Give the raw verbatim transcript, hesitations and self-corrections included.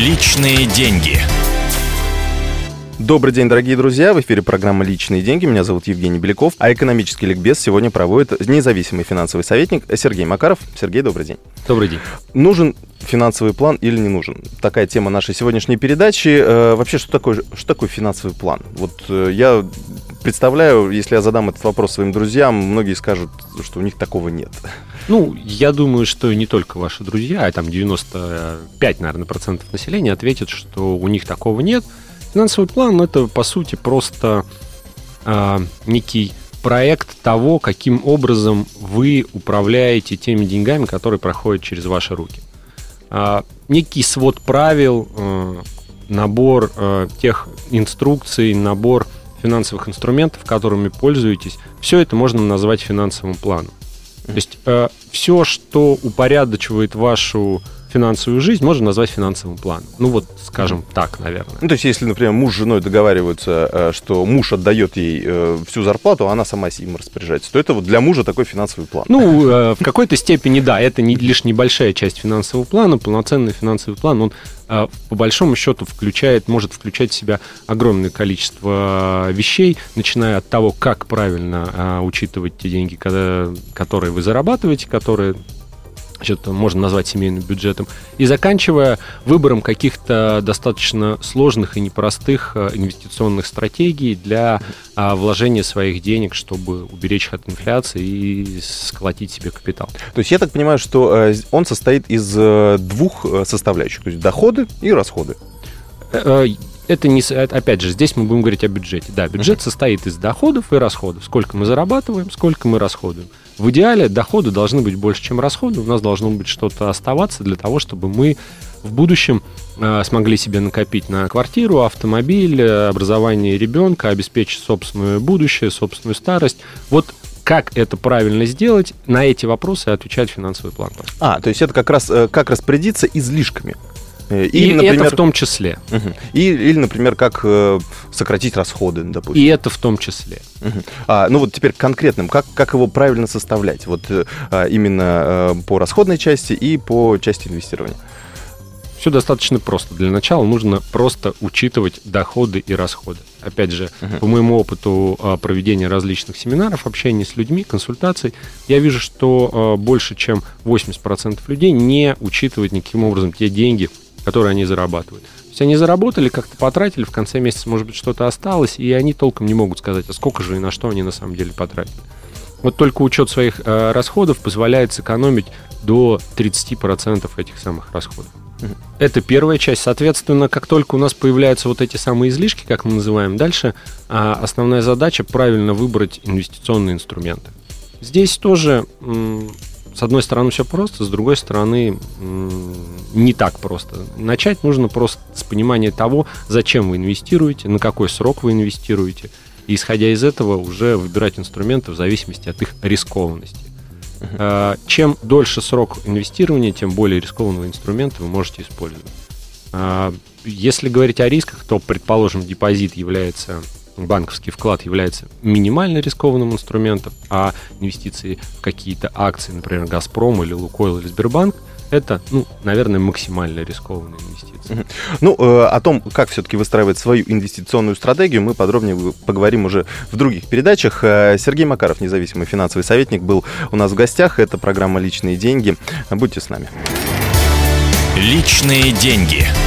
Личные деньги. Добрый день, дорогие друзья! В эфире программа «Личные деньги». Меня зовут Евгений Беляков, а экономический ликбез сегодня проводит независимый финансовый советник Сергей Макаров. Сергей, добрый день. Добрый день. Нужен финансовый план или не нужен? Такая тема нашей сегодняшней передачи. Э, вообще, что такое, что такое финансовый план? Вот э, я представляю, если я задам этот вопрос своим друзьям, многие скажут, что у них такого нет. Ну, я думаю, что не только ваши друзья, а там девяносто пять, наверное, процентов населения ответят, что у них такого нет. Финансовый план – это, по сути, просто э, некий проект того, каким образом вы управляете теми деньгами, которые проходят через ваши руки. Э, некий свод правил, э, набор э, тех инструкций, набор финансовых инструментов, которыми пользуетесь, все это можно назвать финансовым планом. То есть э, все, что упорядочивает вашу финансовую жизнь, можно назвать финансовым планом. Ну вот, скажем так, наверное. Ну, то есть, если, например, муж с женой договариваются, что муж отдает ей всю зарплату, а она сама им распоряжается, то это вот для мужа такой финансовый план. Ну, в какой-то степени, да, это не, лишь небольшая часть финансового плана. Полноценный финансовый план, он по большому счету включает, может включать в себя огромное количество вещей, начиная от того, как правильно учитывать те деньги, которые вы зарабатываете, которые что-то можно назвать семейным бюджетом, и заканчивая выбором каких-то достаточно сложных и непростых инвестиционных стратегий для а, вложения своих денег, чтобы уберечь их от инфляции и сколотить себе капитал. То есть я так понимаю, что э, он состоит из э, двух составляющих, то есть доходы и расходы. Это не, опять же, здесь мы будем говорить о бюджете. Да, бюджет uh-huh. состоит из доходов и расходов. Сколько мы зарабатываем, сколько мы расходуем. В идеале доходы должны быть больше, чем расходы. У нас должно быть что-то оставаться для того, чтобы мы в будущем э, смогли себе накопить на квартиру, автомобиль, образование ребенка, обеспечить собственное будущее, собственную старость. Вот как это правильно сделать, на эти вопросы отвечает финансовый план. А, то есть это как раз э, как распорядиться излишками. Или, и например, это в том числе. Угу. И, или, например, как э, сократить расходы, допустим. И это в том числе. Угу. А, ну вот теперь конкретным, как, как его правильно составлять? Вот э, именно э, по расходной части и по части инвестирования. Все достаточно просто. Для начала нужно просто учитывать доходы и расходы. Опять же, uh-huh. по моему опыту проведения различных семинаров, общения с людьми, консультаций, я вижу, что больше чем восемьдесят процентов людей не учитывают никаким образом те деньги, которые они зарабатывают. То есть они заработали, как-то потратили, в конце месяца, может быть, что-то осталось, и они толком не могут сказать, а сколько же и на что они на самом деле потратили. Вот только учет своих э, расходов позволяет сэкономить до тридцать процентов этих самых расходов. Uh-huh. Это первая часть. Соответственно, как только у нас появляются вот эти самые излишки, как мы называем, дальше э, основная задача правильно выбрать инвестиционные инструменты. Здесь тоже... М- С одной стороны, все просто, с другой стороны, не так просто. Начать нужно просто с понимания того, зачем вы инвестируете, на какой срок вы инвестируете, и, исходя из этого, уже выбирать инструменты в зависимости от их рискованности. Uh-huh. Чем дольше срок инвестирования, тем более рискованного инструмента вы можете использовать. Если говорить о рисках, то, предположим, депозит является... банковский вклад является минимально рискованным инструментом, а инвестиции в какие-то акции, например, «Газпром» или «Лукойл» или «Сбербанк», это, ну, наверное, максимально рискованные инвестиции. Uh-huh. Ну, э, о том, как все-таки выстраивать свою инвестиционную стратегию, мы подробнее поговорим уже в других передачах. Сергей Макаров, независимый финансовый советник, был у нас в гостях. Это программа «Личные деньги». Будьте с нами. Личные деньги.